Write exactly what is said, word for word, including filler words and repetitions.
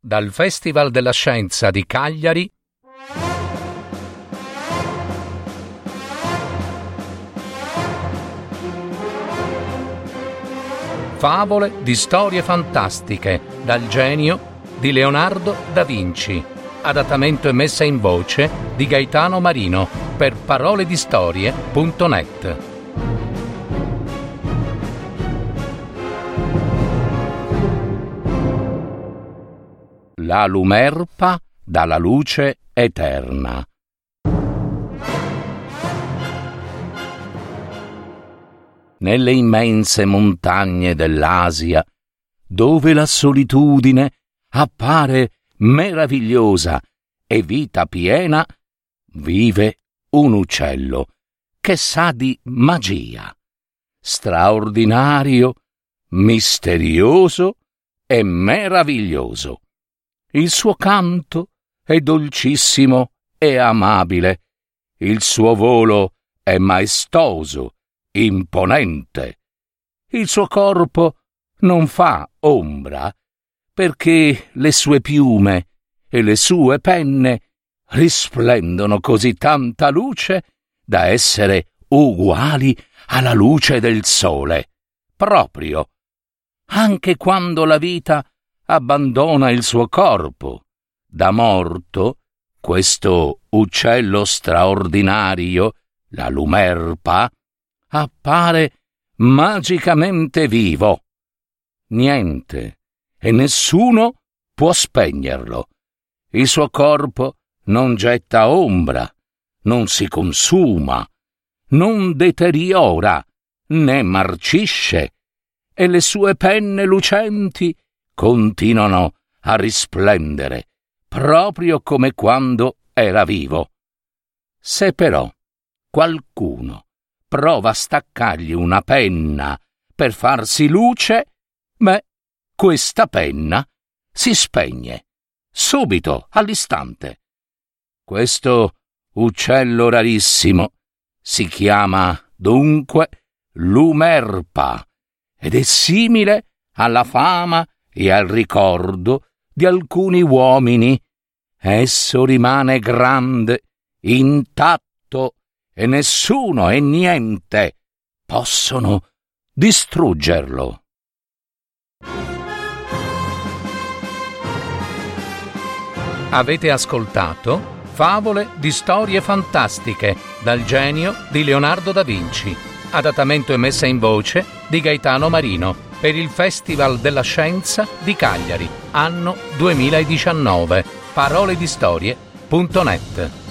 dal Festival della Scienza di Cagliari, favole di storie fantastiche dal genio di Leonardo da Vinci. Adattamento e messa in voce di Gaetano Marino per paroledistorie punto net. La lumerpa dalla luce eterna. Nelle immense montagne dell'Asia, dove la solitudine appare meravigliosa e vita piena, vive un uccello che sa di magia, straordinario, misterioso e meraviglioso. Il suo canto è dolcissimo e amabile, il suo volo è maestoso, imponente. Il suo corpo non fa ombra, perché le sue piume e le sue penne risplendono così tanta luce da essere uguali alla luce del sole, proprio, anche quando la vita abbandona il suo corpo. Da morto, questo uccello straordinario, la lumerpa, appare magicamente vivo. Niente e nessuno può spegnerlo. Il suo corpo non getta ombra, non si consuma, non deteriora, né marcisce, e le sue penne lucenti continuano a risplendere, proprio come quando era vivo. Se però qualcuno prova a staccargli una penna per farsi luce, beh, questa penna si spegne, subito, all'istante. Questo uccello rarissimo si chiama dunque lumerpa ed è simile alla fama e al ricordo di alcuni uomini. Esso rimane grande, intatto, e nessuno e niente possono distruggerlo. Avete ascoltato Favole di storie fantastiche dal genio di Leonardo da Vinci. Adattamento e messa in voce di Gaetano Marino per il Festival della Scienza di Cagliari, anno duemiladiciannove. paroledistorie punto net.